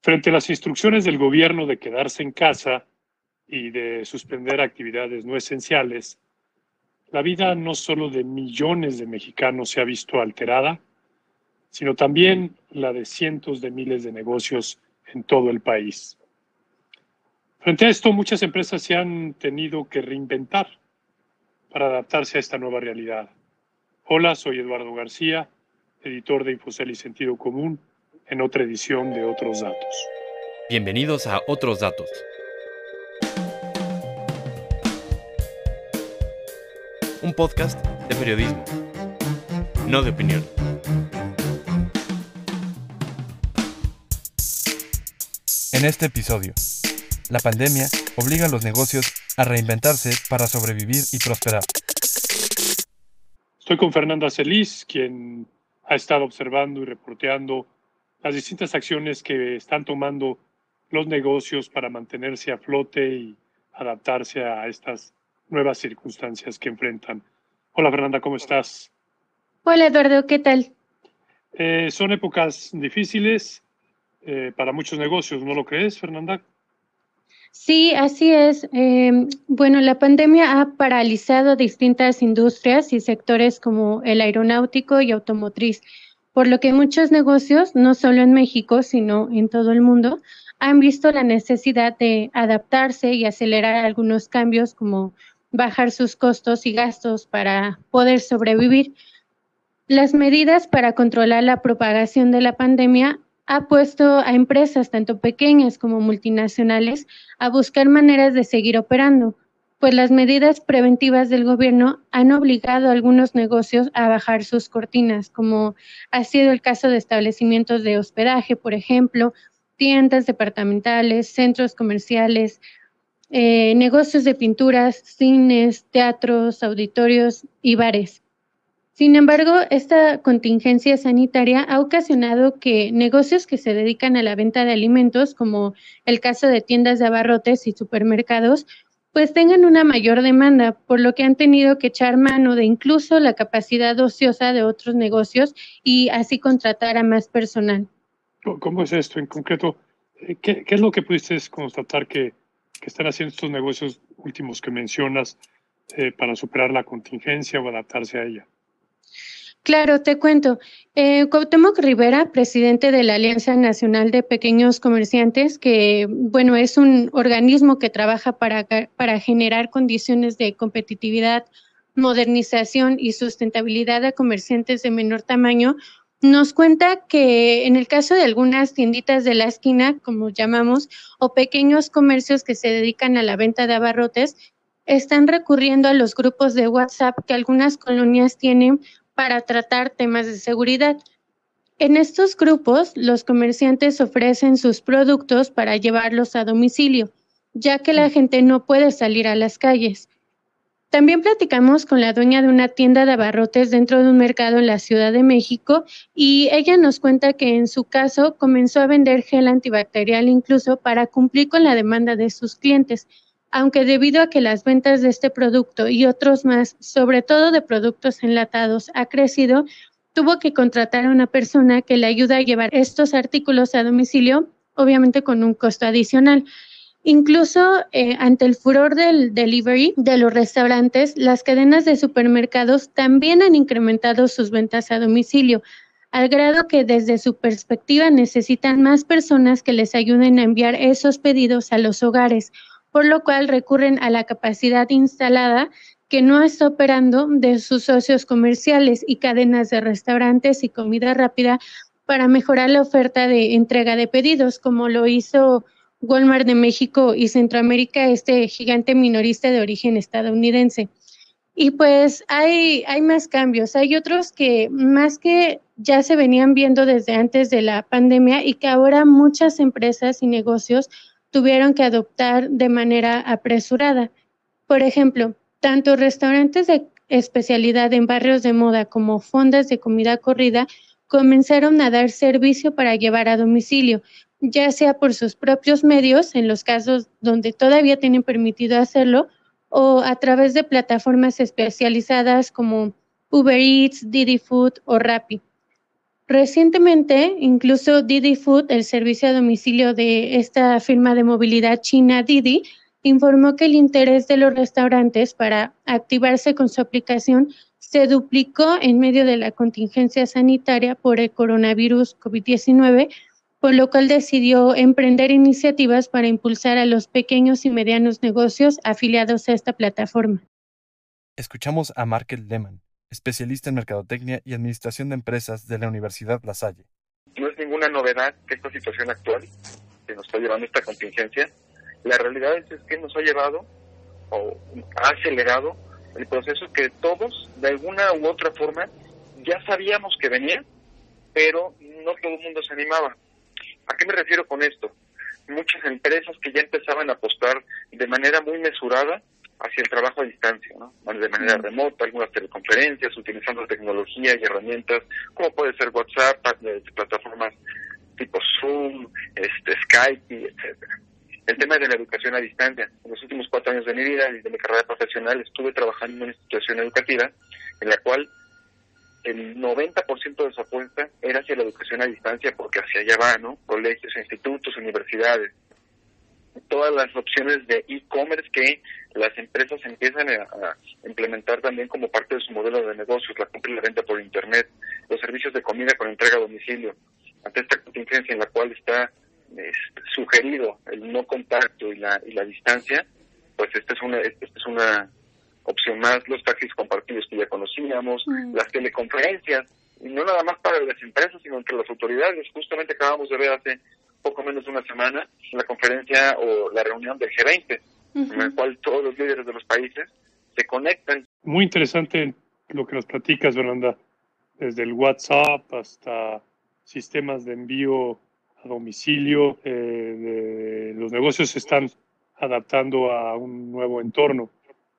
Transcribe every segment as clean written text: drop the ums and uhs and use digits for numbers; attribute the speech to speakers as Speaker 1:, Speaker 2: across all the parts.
Speaker 1: Frente a las instrucciones del gobierno de quedarse en casa y de suspender actividades no esenciales, la vida no solo de millones de mexicanos se ha visto alterada, sino también la de cientos de miles de negocios en todo el país. Frente a esto, muchas empresas se han tenido que reinventar para adaptarse a esta nueva realidad. Hola, soy Eduardo García, editor de Infocel y Sentido Común, en otra edición de Otros Datos.
Speaker 2: Bienvenidos a Otros Datos. Un podcast de periodismo, no de opinión. En este episodio, la pandemia obliga a los negocios a reinventarse para sobrevivir y prosperar.
Speaker 1: Estoy con Fernanda Celis, quien ha estado observando y reporteando las distintas acciones que están tomando los negocios para mantenerse a flote y adaptarse a estas nuevas circunstancias que enfrentan. Hola Fernanda, ¿cómo estás?
Speaker 3: Hola Eduardo, ¿qué tal?
Speaker 1: Son épocas difíciles para muchos negocios, ¿no lo crees, Fernanda?
Speaker 3: Sí, así es. Bueno, la pandemia ha paralizado distintas industrias y sectores como el aeronáutico y automotriz, por lo que muchos negocios, no solo en México, sino en todo el mundo, han visto la necesidad de adaptarse y acelerar algunos cambios como bajar sus costos y gastos para poder sobrevivir. Las medidas para controlar la propagación de la pandemia ha puesto a empresas, tanto pequeñas como multinacionales, a buscar maneras de seguir operando, pues las medidas preventivas del gobierno han obligado a algunos negocios a bajar sus cortinas, como ha sido el caso de establecimientos de hospedaje, por ejemplo, tiendas departamentales, centros comerciales, negocios de pinturas, cines, teatros, auditorios y bares. Sin embargo, esta contingencia sanitaria ha ocasionado que negocios que se dedican a la venta de alimentos, como el caso de tiendas de abarrotes y supermercados, pues tengan una mayor demanda, por lo que han tenido que echar mano de incluso la capacidad ociosa de otros negocios y así contratar a más personal.
Speaker 1: ¿Cómo es esto en concreto? ¿Qué es lo que pudiste constatar que están haciendo estos negocios últimos que mencionas para superar la contingencia o adaptarse a ella?
Speaker 3: Claro, te cuento. Cuauhtémoc Rivera, presidente de la Alianza Nacional de Pequeños Comerciantes, que bueno, es un organismo que trabaja para generar condiciones de competitividad, modernización y sustentabilidad a comerciantes de menor tamaño, nos cuenta que en el caso de algunas tienditas de la esquina, como llamamos, o pequeños comercios que se dedican a la venta de abarrotes, están recurriendo a los grupos de WhatsApp que algunas colonias tienen para tratar temas de seguridad. En estos grupos, los comerciantes ofrecen sus productos para llevarlos a domicilio, ya que la gente no puede salir a las calles. También platicamos con la dueña de una tienda de abarrotes dentro de un mercado en la Ciudad de México y ella nos cuenta que en su caso comenzó a vender gel antibacterial incluso para cumplir con la demanda de sus clientes, aunque debido a que las ventas de este producto y otros más, sobre todo de productos enlatados, ha crecido, tuvo que contratar a una persona que le ayude a llevar estos artículos a domicilio, obviamente con un costo adicional. Incluso ante el furor del delivery de los restaurantes, las cadenas de supermercados también han incrementado sus ventas a domicilio, al grado que desde su perspectiva necesitan más personas que les ayuden a enviar esos pedidos a los hogares, por lo cual recurren a la capacidad instalada que no está operando de sus socios comerciales y cadenas de restaurantes y comida rápida para mejorar la oferta de entrega de pedidos, como lo hizo Walmart de México y Centroamérica, este gigante minorista de origen estadounidense. Y pues hay más cambios, hay otros que más que ya se venían viendo desde antes de la pandemia y que ahora muchas empresas y negocios tuvieron que adoptar de manera apresurada. Por ejemplo, tanto restaurantes de especialidad en barrios de moda como fondas de comida corrida comenzaron a dar servicio para llevar a domicilio, ya sea por sus propios medios, en los casos donde todavía tienen permitido hacerlo, o a través de plataformas especializadas como Uber Eats, Didi Food o Rappi. Recientemente, incluso Didi Food, el servicio a domicilio de esta firma de movilidad china Didi, informó que el interés de los restaurantes para activarse con su aplicación se duplicó en medio de la contingencia sanitaria por el coronavirus COVID-19, por lo cual decidió emprender iniciativas para impulsar a los pequeños y medianos negocios afiliados a esta plataforma.
Speaker 2: Escuchamos a Markel Lehmann, especialista en mercadotecnia y administración de empresas de la Universidad La Salle.
Speaker 4: No es ninguna novedad que esta situación actual que nos está llevando a esta contingencia, la realidad es que nos ha llevado o ha acelerado el proceso que todos, de alguna u otra forma, ya sabíamos que venía, pero no todo el mundo se animaba. ¿A qué me refiero con esto? Muchas empresas que ya empezaban a apostar de manera muy mesurada hacia el trabajo a distancia, ¿no? De manera remota, algunas teleconferencias, utilizando tecnología y herramientas, como puede ser WhatsApp, plataformas tipo Zoom, Skype, etcétera. El tema de la educación a distancia. En los últimos 4 años de mi vida y de mi carrera profesional estuve trabajando en una institución educativa en la cual el 90% de su apuesta era hacia la educación a distancia, porque hacia allá va, ¿no? Colegios, institutos, universidades. Todas las opciones de e-commerce que las empresas empiezan a implementar también como parte de su modelo de negocios, la compra y la venta por internet, los servicios de comida con entrega a domicilio. Ante esta contingencia en la cual está sugerido el no contacto y la distancia, pues esta es una opción más. Los taxis compartidos que ya conocíamos, las teleconferencias, y no nada más para las empresas, sino entre las autoridades. Justamente acabamos de ver hace poco menos de una semana la conferencia o la reunión del G20, en la cual todos los líderes de los países se conectan.
Speaker 1: Muy interesante lo que nos platicas, Fernanda, desde el WhatsApp hasta sistemas de envío a domicilio. Los negocios se están adaptando a un nuevo entorno.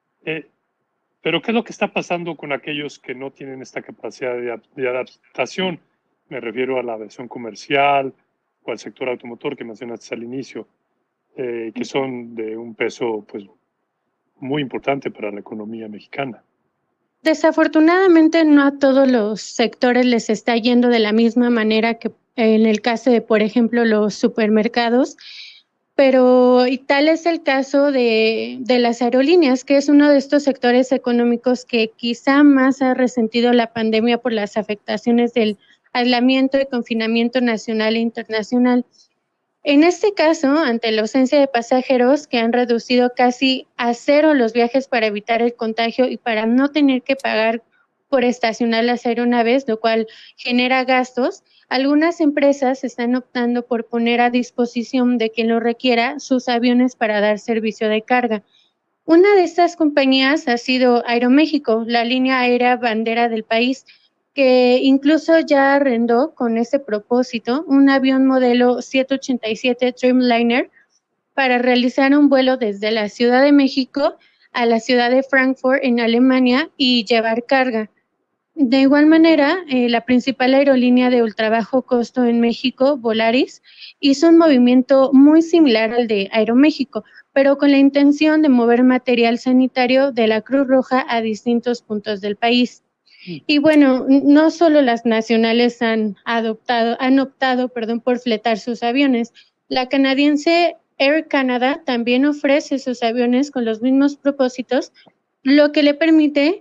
Speaker 1: Pero ¿qué es lo que está pasando con aquellos que no tienen esta capacidad de adaptación? Me refiero a la versión comercial o al sector automotor que mencionaste al inicio, que son de un peso pues muy importante para la economía mexicana.
Speaker 3: Desafortunadamente no a todos los sectores les está yendo de la misma manera que en el caso de, por ejemplo, los supermercados, pero y tal es el caso de las aerolíneas, que es uno de estos sectores económicos que quizá más ha resentido la pandemia por las afectaciones del aislamiento y confinamiento nacional e internacional. En este caso, ante la ausencia de pasajeros que han reducido casi a cero los viajes para evitar el contagio y para no tener que pagar por estacionar las aeronaves, lo cual genera gastos, algunas empresas están optando por poner a disposición de quien lo requiera sus aviones para dar servicio de carga. Una de estas compañías ha sido Aeroméxico, la línea aérea bandera del país, que incluso ya arrendó con ese propósito un avión modelo 787 Dreamliner para realizar un vuelo desde la Ciudad de México a la ciudad de Frankfurt en Alemania y llevar carga. De igual manera, la principal aerolínea de ultrabajo costo en México, Volaris, hizo un movimiento muy similar al de Aeroméxico, pero con la intención de mover material sanitario de la Cruz Roja a distintos puntos del país. Y bueno, no solo las nacionales han optado por fletar sus aviones. La canadiense Air Canada también ofrece sus aviones con los mismos propósitos, lo que le permite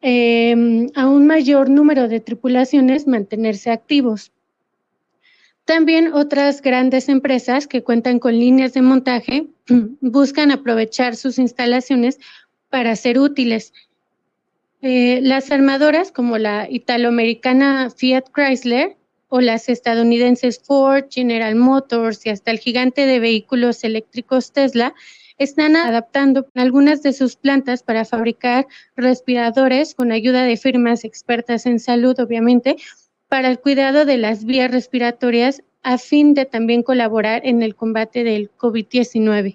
Speaker 3: a un mayor número de tripulaciones mantenerse activos. También otras grandes empresas que cuentan con líneas de montaje buscan aprovechar sus instalaciones para ser útiles. Las armadoras como la italoamericana Fiat Chrysler o las estadounidenses Ford, General Motors y hasta el gigante de vehículos eléctricos Tesla están adaptando algunas de sus plantas para fabricar respiradores con ayuda de firmas expertas en salud, obviamente, para el cuidado de las vías respiratorias a fin de también colaborar en el combate del COVID-19.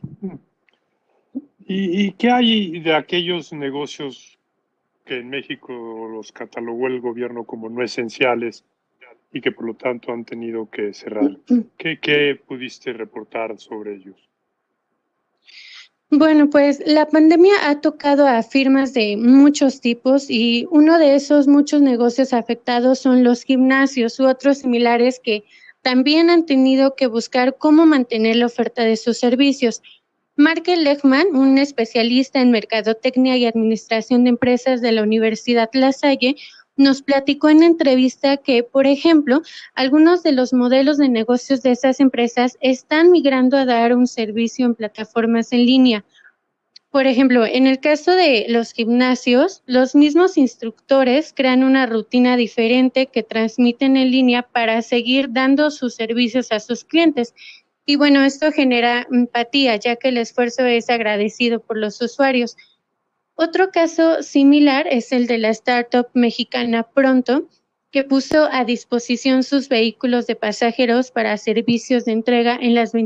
Speaker 1: ¿Y qué hay de aquellos negocios que en México los catalogó el gobierno como no esenciales y que por lo tanto han tenido que cerrar? ¿Qué pudiste reportar sobre ellos?
Speaker 3: Bueno, pues la pandemia ha tocado a firmas de muchos tipos y uno de esos muchos negocios afectados son los gimnasios u otros similares que también han tenido que buscar cómo mantener la oferta de sus servicios. Markel Lechman, un especialista en mercadotecnia y administración de empresas de la Universidad La Salle, nos platicó en entrevista que, por ejemplo, algunos de los modelos de negocios de esas empresas están migrando a dar un servicio en plataformas en línea. Por ejemplo, en el caso de los gimnasios, los mismos instructores crean una rutina diferente que transmiten en línea para seguir dando sus servicios a sus clientes. Y bueno, esto genera empatía, ya que el esfuerzo es agradecido por los usuarios. Otro caso similar es el de la startup mexicana Pronto, que puso a disposición sus vehículos de pasajeros para servicios de entrega en las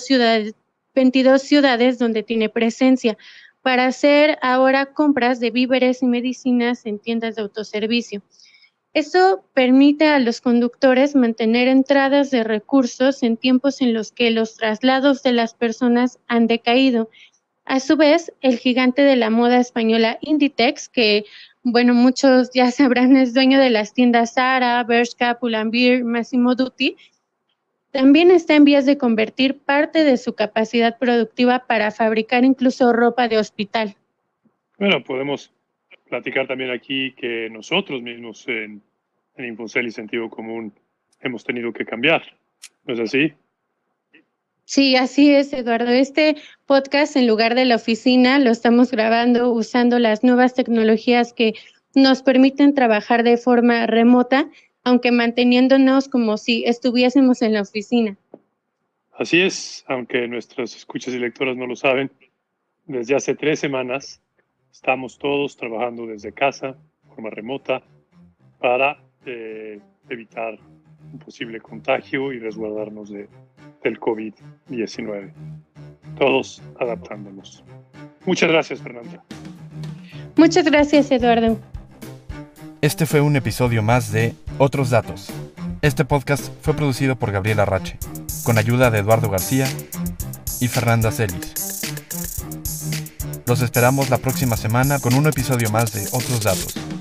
Speaker 3: 22 ciudades donde tiene presencia, para hacer ahora compras de víveres y medicinas en tiendas de autoservicio. Esto permite a los conductores mantener entradas de recursos en tiempos en los que los traslados de las personas han decaído. A su vez, el gigante de la moda española Inditex, que, bueno, muchos ya sabrán, es dueño de las tiendas Zara, Bershka, Pull&Bear, Massimo Dutti, también está en vías de convertir parte de su capacidad productiva para fabricar incluso ropa de hospital.
Speaker 1: Bueno, podemos platicar también aquí que nosotros mismos en Infocel y Sentido Común hemos tenido que cambiar, ¿no es así?
Speaker 3: Sí, así es, Eduardo. Este podcast, en lugar de la oficina, lo estamos grabando usando las nuevas tecnologías que nos permiten trabajar de forma remota, aunque manteniéndonos como si estuviésemos en la oficina.
Speaker 1: Así es, aunque nuestras escuchas y lectoras no lo saben, desde hace 3 semanas estamos todos trabajando desde casa, de forma remota, para evitar un posible contagio y resguardarnos del COVID-19. Todos adaptándonos. Muchas gracias, Fernanda.
Speaker 3: Muchas gracias, Eduardo.
Speaker 2: Este fue un episodio más de Otros Datos. Este podcast fue producido por Gabriela Arrache, con ayuda de Eduardo García y Fernanda Celis. Los esperamos la próxima semana con un episodio más de Otros Datos.